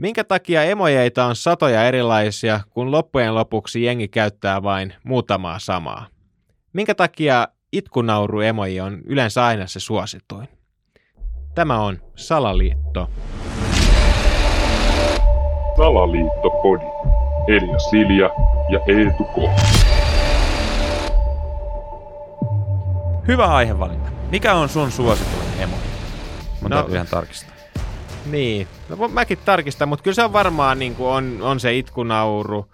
Minkä takia emojeita on satoja erilaisia, kun loppujen lopuksi jengi käyttää vain muutamaa samaa? Minkä takia itkunauru-emoji on yleensä aina se suosituin? Tämä on Salaliitto. Salaliittopodi. Elia Silja ja Eetu K. Hyvä aihevalinta. Mikä on sun suosituin emoji? Mun täytyy ihan tarkistaa. Niin, no mäkin tarkistan, mutta kyllä se on varmaan niin kuin on se itkunauru.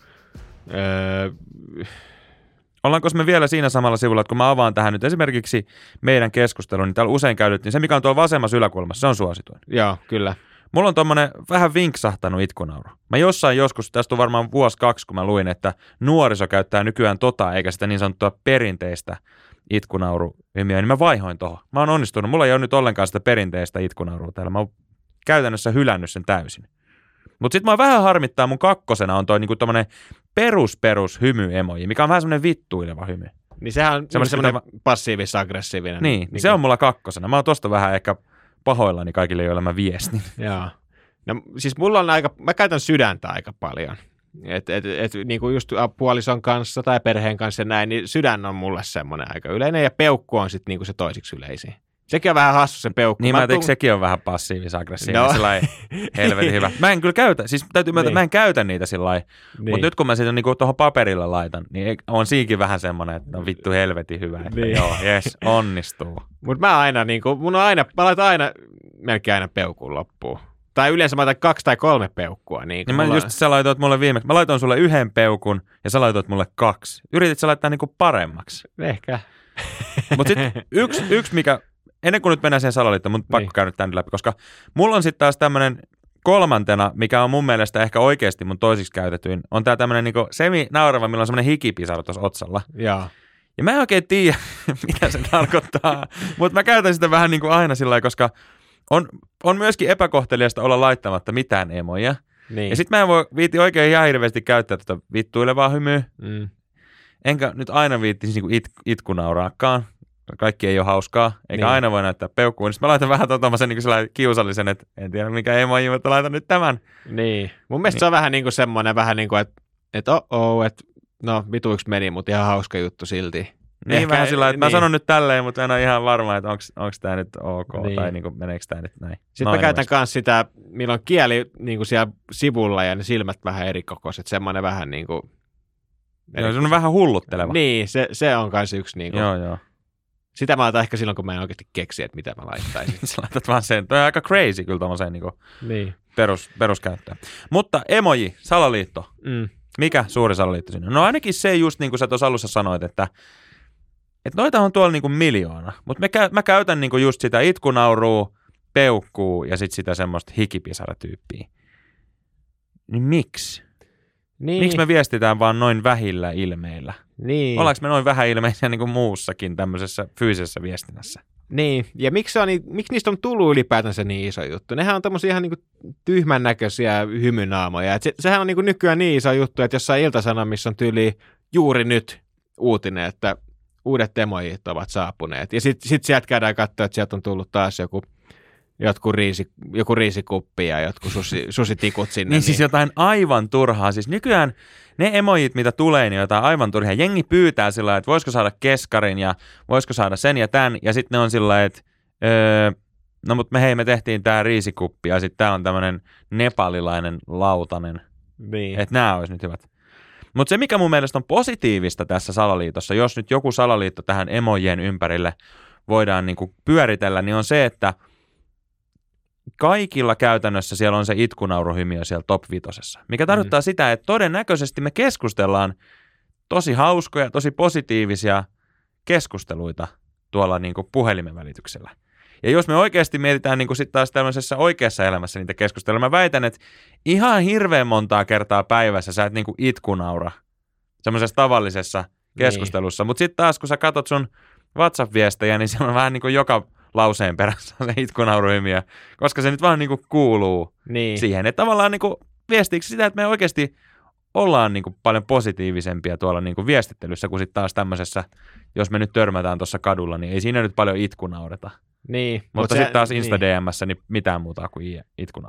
Ollaanko me vielä siinä samalla sivulla, että kun mä avaan tähän nyt esimerkiksi meidän keskustelun, niin täällä usein käytettiin se, mikä on tuolla vasemmassa yläkulmassa, se on suosituin. Joo, kyllä. Mulla on tommonen vähän vinksahtanut itkunauru. Mä jossain joskus, tästä on varmaan vuosi 2, kun mä luin, että nuoriso käyttää nykyään eikä sitä niin sanottua perinteistä itkunauru-hymiöä, niin mä vaihoin tohon. Mä oon onnistunut. Mulla ei ole nyt ollenkaan sitä perinteistä itkunaurua täällä. Mä oon käytännössä hylännyt sen täysin. Mutta sit mä vähän harmittaa, mun kakkosena on toi niinku tommonen perus hymy-emoji, mikä on vähän semmonen vittuileva hymy. Niin sehän on semmoinen passiivis-aggressiivinen. Niin se on mulla kakkosena. Mä oon tosta vähän ehkä pahoillani kaikille, joille mä viestin. Joo. No siis mulla on mä käytän sydäntä aika paljon. Niinku just puolison kanssa tai perheen kanssa näin, niin sydän on mulle semmoinen aika yleinen ja peukku on sitten niinku se toisiksi yleisin. Sekin on vähän hassu sen peukku. Niin mä tein, sekin on vähän passiivis-aggressiivinen, no. Sillai helvetin hyvä. Mä en kyllä käytä, siis täytyy myöntää, mä en käytä niitä sillai, mutta nyt kun mä sitä niinku tuohon paperille laitan, niin on siinkin vähän semmoinen, että on vittu helvetin hyvä, että joo, jes, onnistuu. Mutta mä laitan aina melkein aina peukun loppuun. Tai yleensä mä laitan 2 tai 3 peukkua. Niin mä just sä laitoit mulle viimeksi, mä laitoin sulle 1 peukun ja sä laitoit mulle 2. Yritit sä laittaa niinku paremmaksi? Ehkä. Mutta sitten yksi mikä, ennen kuin nyt mennään siihen salaliittoon, mun pakko käydä tämän läpi, koska mulla on sitten taas tämmönen kolmantena, mikä on mun mielestä ehkä oikeasti mun toisiksi käytetyin, on tää tämmönen niinku semi-naurava, millä on semmonen hikipisara tuossa otsalla. Jaa. Ja mä en oikein tiedä, mitä se tarkoittaa, mutta mä käytän sitä vähän niinku aina sillä lailla, koska on myöskin epäkohteliasta olla laittamatta mitään emoja. Niin. Ja sit mä en voi viitti oikein ihan hirveästi käyttää tätä vittuilevaa hymyä. Enkä nyt aina viittisi niinku itkunauraakaan. Kaikki ei ole hauskaa, eikä aina voi näyttää peukkuun. Sitten mä laitan vähän tommosen niin kiusallisen, että en tiedä mikä emoji, mutta laitan nyt tämän. Niin. Mun mielestä se on vähän niin kuin semmoinen, että no vituiksi meni, mutta ihan hauska juttu silti. Niin ehkä, vähän sillä että mä sanon nyt tälleen, mutta en ole ihan varma, että onko tämä nyt ok, tai niin kuin, meneekö tämä nyt näin. Sitten mä käytän myös sitä, milloin kieli niin kuin siellä sivulla ja ne silmät vähän eri kokoiset, semmoinen vähän niin kuin... Joo, se on vähän hullutteleva. Niin, se on kanssa yksi niin kuin... Joo. Sitä mä laitan ehkä silloin, kun mä en oikeasti keksi, että mitä mä laittaisin. Sä laitat vaan sen. Toi on aika crazy kyllä tommoseen niin peruskäyttöön. Mutta emoji, salaliitto. Mikä suuri salaliitto siinä? No ainakin se just niin kuin sä tuossa alussa sanoit, että noita on tuolla niin kuin miljoona. Mutta mä käytän niin kuin just sitä itkunaurua, peukkuu ja sitten sitä semmoista hikipisaratyyppiä. Niin miksi? Niin. Miksi me viestitään vaan noin vähillä ilmeillä? Niin. Ollaanko me noin vähän ilmeisiä niin kuin muussakin tämmöisessä fyysisessä viestinnässä? Niin, ja miksi niistä on tullut ylipäätänsä niin iso juttu? Nehän on tämmöisiä ihan niin kuin tyhmän näköisiä hymynaamoja. Sehän on niin kuin nykyään niin iso juttu, että jossain Ilta-Sanomissa on tyyli juuri nyt uutinen, että uudet emojit ovat saapuneet. Ja sit sieltä käydään katsoa, että sieltä on tullut taas joku riisikuppi ja jotkut susitikut sinne. Niin siis jotain aivan turhaa. Siis nykyään ne emojit, mitä tulee, niin jotain aivan turhaa. Jengi pyytää sillä lailla, että voisiko saada keskarin ja voisiko saada sen ja tämän. Ja sitten ne on sillä lailla, että no mutta me tehtiin tää riisikuppi ja sitten tää on tämmönen nepalilainen lautanen. Niin. Että nämä olisi nyt hyvät. Mutta se, mikä mun mielestä on positiivista tässä salaliitossa, jos nyt joku salaliitto tähän emojien ympärille voidaan niinku pyöritellä, niin on se, että kaikilla käytännössä siellä on se itkunauruhymiö siellä top 5, mikä tarkoittaa sitä, että todennäköisesti me keskustellaan tosi hauskoja, tosi positiivisia keskusteluita tuolla niinku puhelimen välityksellä. Ja jos me oikeasti mietitään niin sitten taas tämmöisessä oikeassa elämässä niitä keskusteluja, mä väitän, että ihan hirveän montaa kertaa päivässä sä et niin kuin itkunaura semmoisessa tavallisessa keskustelussa. Mutta sitten taas, kun sä katot sun WhatsApp-viestejä, niin siellä on vähän niin kuin joka lauseen perässä se itkunauruhymiö, koska se nyt vaan niin kuin kuuluu siihen. Että tavallaan niin kuin viestiikö sitä, että me oikeasti ollaan niin kuin paljon positiivisempia tuolla niin kuin viestittelyssä kuin sitten taas tämmöisessä, jos me nyt törmätään tuossa kadulla, niin ei siinä nyt paljon itkunaureta. Niin. Mutta sitten taas Insta-DM:ssä niin mitään muuta kuin itkunauraa.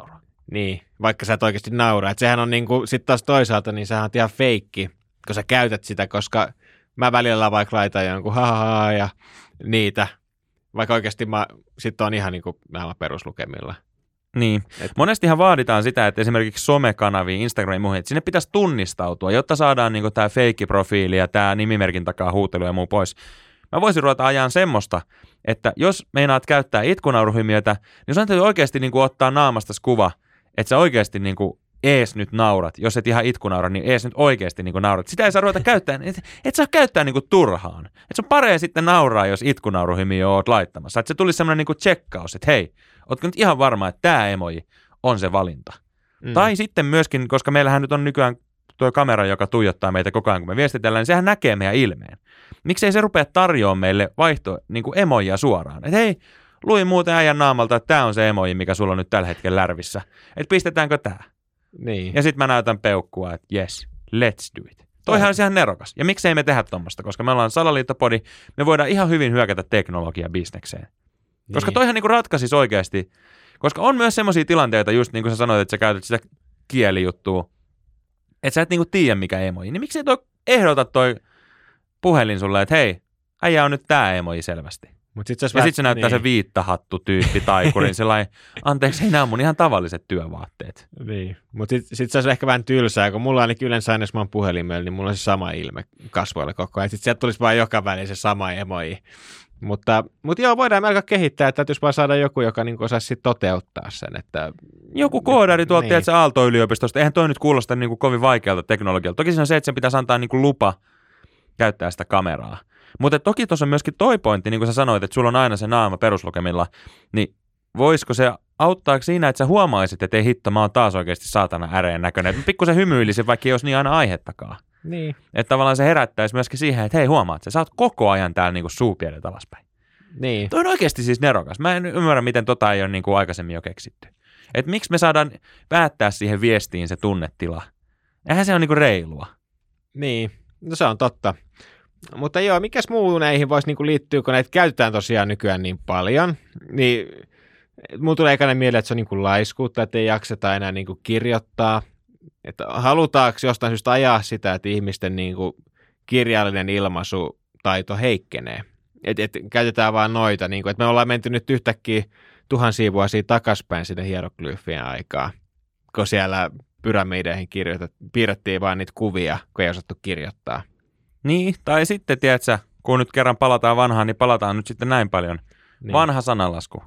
Niin, vaikka sä et oikeasti nauraa. Sehän on niinku, sit taas toisaalta, niin sehän on ihan feikki, kun sä käytät sitä, koska mä välillä vaikka laitan jonkun ha ja niitä, vaikka oikeasti mä sit on ihan niinku näillä peruslukemilla. Niin. Monestihan vaaditaan sitä, että esimerkiksi somekanaviin, Instagramiin ja muihin, että sinne pitäisi tunnistautua, jotta saadaan niinku tämä feikkiprofiili ja tämä nimimerkin takaa huutelu ja muu pois. Mä voisin ruveta ajan semmoista, että jos meinaat käyttää itkunauruhymiötä, niin sun täytyy oikeasti niinku ottaa naamasta kuva, että sä oikeasti niinku ees nyt naurat. Jos et ihan itkunaura, niin ees nyt oikeasti niinku naurat. Sitä ei saa ruveta käyttää, et saa käyttää niinku turhaan. Et se on parempi sitten nauraa, jos itkunauruhymiö oot laittamassa. Että se tulisi semmoinen niinku tsekkaus, että hei, ootko nyt ihan varma, että tämä emoji on se valinta. Tai sitten myöskin, koska meillähän nyt on nykyään tuo kamera, joka tuijottaa meitä koko ajan, kun me viestitellään, niin sehän näkee meidän ilmeen. Miksei se rupea tarjoamaan meille niinku emojia suoraan? Että hei, luin muuten äijän naamalta, että tämä on se emoji, mikä sulla on nyt tällä hetkellä lärvissä. Että pistetäänkö tämä? Niin. Ja sitten mä näytän peukkua, että yes, let's do it. Toihan on ihan nerokas. Ja miksei me tehdä tuommoista, koska me ollaan Salaliittopodi, me voidaan ihan hyvin hyökätä teknologia-bisnekseen. Koska toihan niinku ratkaisisi oikeasti, koska on myös semmoisia tilanteita, just niin kuin sä sanoit, että sä käytät sitä kielijuttua, että sä et niinku tiedä mikä emoji. Niin miksei ehdota toi puhelin sulle, että hei, äijä on nyt tää emoji selvästi. Ja sitten se näyttää se viittahattu-tyyppi taikurin, sellainen, anteeksi, ei nämä on mun ihan tavalliset työvaatteet. Niin, mutta sitten se olisi ehkä vähän tylsää, kun mulla ainakin yleensä aina, jos mä oon puhelimella, niin mulla on se sama ilme kasvoilla koko ajan. Sitten sieltä tulisi vaan joka väliin se sama emoji. Mutta joo, voidaan melko kehittää, että jos vaan saada joku, joka niin osaisi sitten toteuttaa sen. Että joku koodari tuolta, niin. Tiedätkö, Aalto-yliopistosta, eihän toi nyt kuulosta niin kuin kovin vaikealta teknologialta. Toki siinä on se, että sen pitäisi antaa niin kuin lupa käyttää sitä kameraa. Mutta toki tuossa on myöskin toi pointti, niin kuin sä sanoit, että sulla on aina se naama peruslukemilla, niin voisiko se auttaa siinä, että sä huomaisit, että ei hitto, mä oon taas oikeasti saatana äreen näköinen. Että pikkusen hymyilisin, vaikka ei olisi niin aina aihettakaan. Niin. Että tavallaan se herättäisi myöskin siihen, että hei huomaat, sä oot koko ajan täällä niinku suupielet alaspäin. Niin. Toi on oikeasti siis nerokas. Mä en ymmärrä, miten tota ei ole niinku aikaisemmin jo keksitty. Että miksi me saadaan päättää siihen viestiin se tunnetila. Eihän se ole niinku reilua. Niin, no se on totta. Mutta joo, mikäs muu näihin voisi niinku liittyä, kun näitä käytetään tosiaan nykyään niin paljon, niin mulla tulee ekana mieleen, että se on niinku laiskuutta, että ei jakseta enää niinku kirjoittaa. Että halutaanko jostain syystä ajaa sitä, että ihmisten niinku kirjallinen ilmaisutaito heikkenee. Että käytetään vaan noita, niinku, että me ollaan menty nyt yhtäkkiä tuhansia vuosia takaspäin sinne hieroglyyfien aikaa, kun siellä pyramideihin piirrettiin vaan niitä kuvia, kun ei osattu kirjoittaa. Niin, tai sitten, tiedätkö, kun nyt kerran palataan vanhaan, niin palataan nyt sitten näin paljon. Niin. Vanha sananlasku.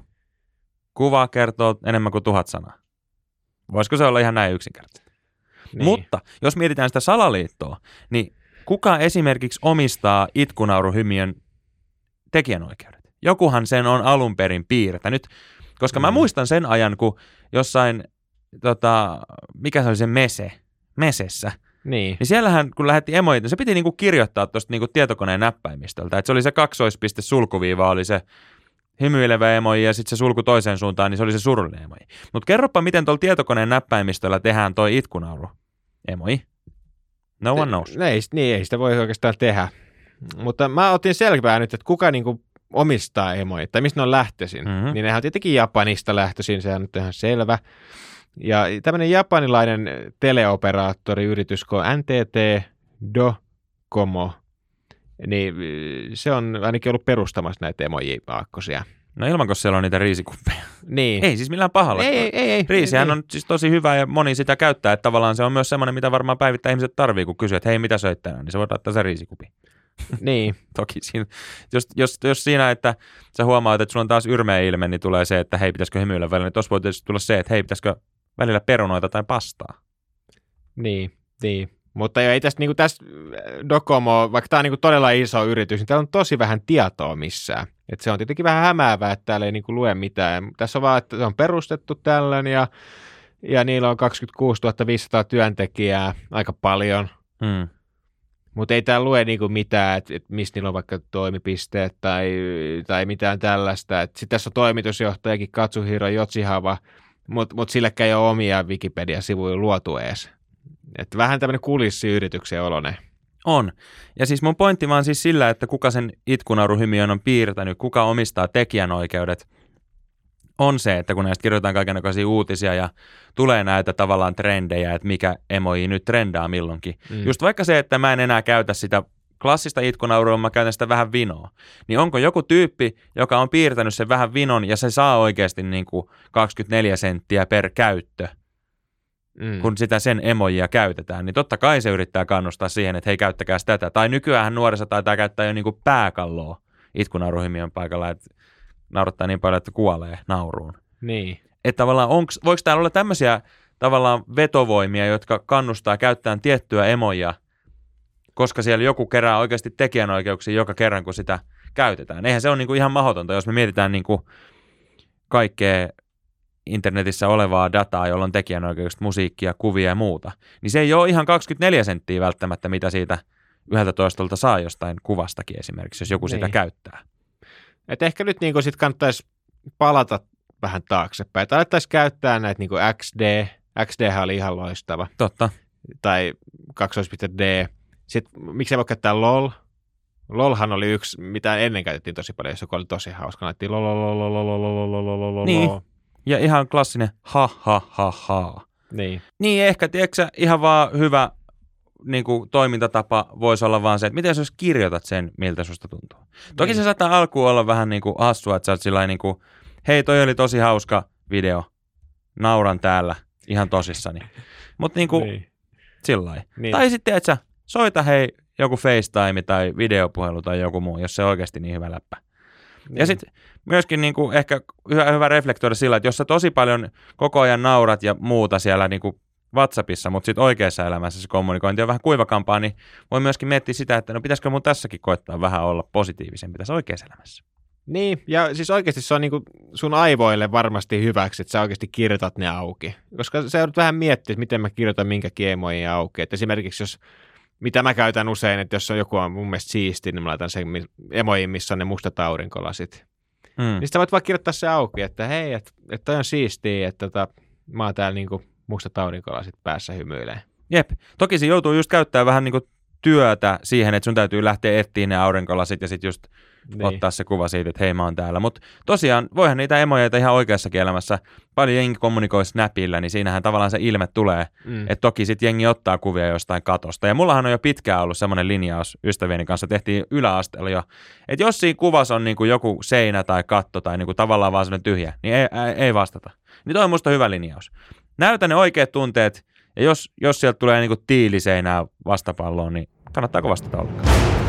Kuva kertoo enemmän kuin 1000 sanaa. Voisiko se olla ihan näin yksinkertaisesti? Niin. Mutta jos mietitään sitä salaliittoa, niin kuka esimerkiksi omistaa itkunauruhymiön tekijänoikeudet? Jokuhan sen on alun perin piirrettä. Nyt, koska mä muistan sen ajan, kun jossain, mikä se oli se mesessä, niin siellähän, kun lähetti emoita, se piti niinku kirjoittaa tuosta niinku tietokoneen näppäimistöltä. Että se oli se kaksoispiste sulkuviiva, oli se hymyilevä emoji ja sitten se sulku toiseen suuntaan, niin se oli se surullinen emoji. Mutta kerropa, miten tuolla tietokoneen näppäimistöllä tehdään toi itkunauru emoji. No one knows. Ei sitä voi oikeastaan tehdä. Mutta mä otin selvää nyt, että kuka niinku omistaa emoja, tai mistä ne on lähtöisin. Niin nehän on tietenkin Japanista lähtöisin, se on nyt ihan selvä. Ja tämmöinen japanilainen teleoperaattoriyritys kuin NTT Docomo, niin se on ainakin ollut perustamassa näitä emoji-aakkosia. No ilmanko siellä on niitä riisikuppeja? Niin. Ei siis millään pahalla. Ei. Riisihän on siis tosi hyvä ja moni sitä käyttää, että tavallaan se on myös semmoinen, mitä varmaan päivittäin ihmiset tarvii, kun kysyy, että hei, mitä söit tänään, niin se voi ottaa se riisikupi. Niin. Toki siinä, jos siinä, että sä huomaat, että sulla on taas yrmeä ilme, niin tulee se, että hei, pitäisikö hymyillä välillä, niin tuossa voi tietysti tulla se, että hei, pitäisikö välillä perunoita tai pastaa. Niin. Mutta ei tästä, niin tässä Docomo, vaikka tämä on niin todella iso yritys, niin täällä on tosi vähän tietoa missään. Et se on tietenkin vähän hämäävää, että täällä ei niin lue mitään. Tässä on vaan, että se on perustettu tällöin ja niillä on 26 500 työntekijää, aika paljon. Mutta ei täällä lue niin mitään, että mistä niillä on vaikka toimipisteet tai mitään tällaista. Sitten tässä on toimitusjohtajakin Katsuhiro Yoshihava, mutta silläkään ei ole omia Wikipedia-sivuja luotu edes. Että vähän tämmöinen kulissiyrityksen oloinen. On. Ja siis mun pointti vaan siis sillä, että kuka sen itkunauruhymiön on piirtänyt, kuka omistaa tekijänoikeudet, on se, että kun näistä kirjoitetaan kaikenlaisia uutisia ja tulee näitä tavallaan trendejä, että mikä emoji nyt trendaa milloinkin. Just vaikka se, että mä en enää käytä sitä klassista itkunaurua, mä käytän sitä vähän vinoa. Niin onko joku tyyppi, joka on piirtänyt sen vähän vinon ja se saa oikeasti niin kuin 24 senttiä per käyttö, kun sitä sen emojia käytetään, niin totta kai se yrittää kannustaa siihen, että hei, käyttäkää tätä. Tai nykyään nuoriso taitaa käyttää jo niin kuin pääkalloa itkunauruhimion paikalla, että naurattaa niin paljon, että kuolee nauruun. Niin. Että tavallaan voiko täällä olla tämmöisiä tavallaan vetovoimia, jotka kannustaa käyttämään tiettyä emojia, koska siellä joku kerää oikeasti tekijänoikeuksia joka kerran, kun sitä käytetään. Eihän se ole niin kuin ihan mahdotonta, jos me mietitään niin kuin kaikkea internetissä olevaa dataa, jolla on tekijänoikeukset, musiikkia, kuvia ja muuta. Niin se ei ole ihan 24 senttiä välttämättä, mitä siitä 11 saa jostain kuvastakin esimerkiksi, jos joku sitä käyttää. Et ehkä nyt niin sit kannattaisi palata vähän taaksepäin. Tai alettaisiin käyttää näitä niin XD. XDhän oli ihan loistava. Totta. Tai 2.D. Sitten miksei voi käyttää LOL? LOLhan oli yksi, mitä ennen käytettiin tosi paljon, jos joku oli tosi hauska. Laitettiin LOL. Niin. Ja ihan klassinen ha ha ha ha. Niin ehkä, tiedätkö ihan vaan hyvä niin kuin toimintatapa voisi olla vaan se, että miten jos kirjoitat sen, miltä susta tuntuu. Toki se saattaa alkuun olla vähän niin kuin hassua, että sä oot sillain niin kuin, hei, toi oli tosi hauska video, nauran täällä ihan tosissani. Mutta niin kuin sillain. Niin. Tai sitten, että sä soita hei joku FaceTime tai videopuhelu tai joku muu, jos se on oikeasti niin hyvä läppä. Niin. Ja sitten myöskin niin kuin ehkä hyvä reflektoida sillä, että jos sä tosi paljon koko ajan naurat ja muuta siellä niin kuin WhatsAppissa, mutta sitten oikeassa elämässä se kommunikointi on vähän kuivakampaa, niin voi myöskin miettiä sitä, että no pitäisikö mun tässäkin koittaa vähän olla positiivisempi tässä oikeassa elämässä. Niin, ja siis oikeasti se on niin kuin sun aivoille varmasti hyväksi, että sä oikeasti kirjoitat ne auki. Koska sä joudut vähän miettiä, että miten mä kirjoitan minkäkin emojen auki. Että esimerkiksi jos, mitä mä käytän usein, että jos on joku on mun mielestä siisti, niin mä laitan sen emojiin, missä on ne mustat aurinkolasit. Niin sitä voit vaan kirjoittaa se auki, että hei, että toi on siistiä, että mä oon täällä niinku mustat aurinkolasit päässä hymyilee. Jep. Toki se joutuu just käyttämään vähän niinku työtä siihen, että sun täytyy lähteä etsiä ne aurinkolasit ja sitten just ottaa se kuva siitä, että hei, mä oon täällä. Mutta tosiaan, voihan niitä emojeita ihan oikeassakin elämässä. Paljon jengi kommunikoi Snapilla, niin siinähän tavallaan se ilme tulee. Että toki sitten jengi ottaa kuvia jostain katosta. Ja mullahan on jo pitkään ollut semmoinen linjaus ystävieni kanssa, tehtiin yläasteella jo. Että jos siinä kuvassa on niinku joku seinä tai katto tai niinku tavallaan vaan semmoinen tyhjä, niin ei vastata. Niin toi on musta hyvä linjaus. Näytä ne oikeat tunteet, ja jos sieltä tulee niinku tiiliseinää vastapalloon, niin kannattaako vastata ollenkaan?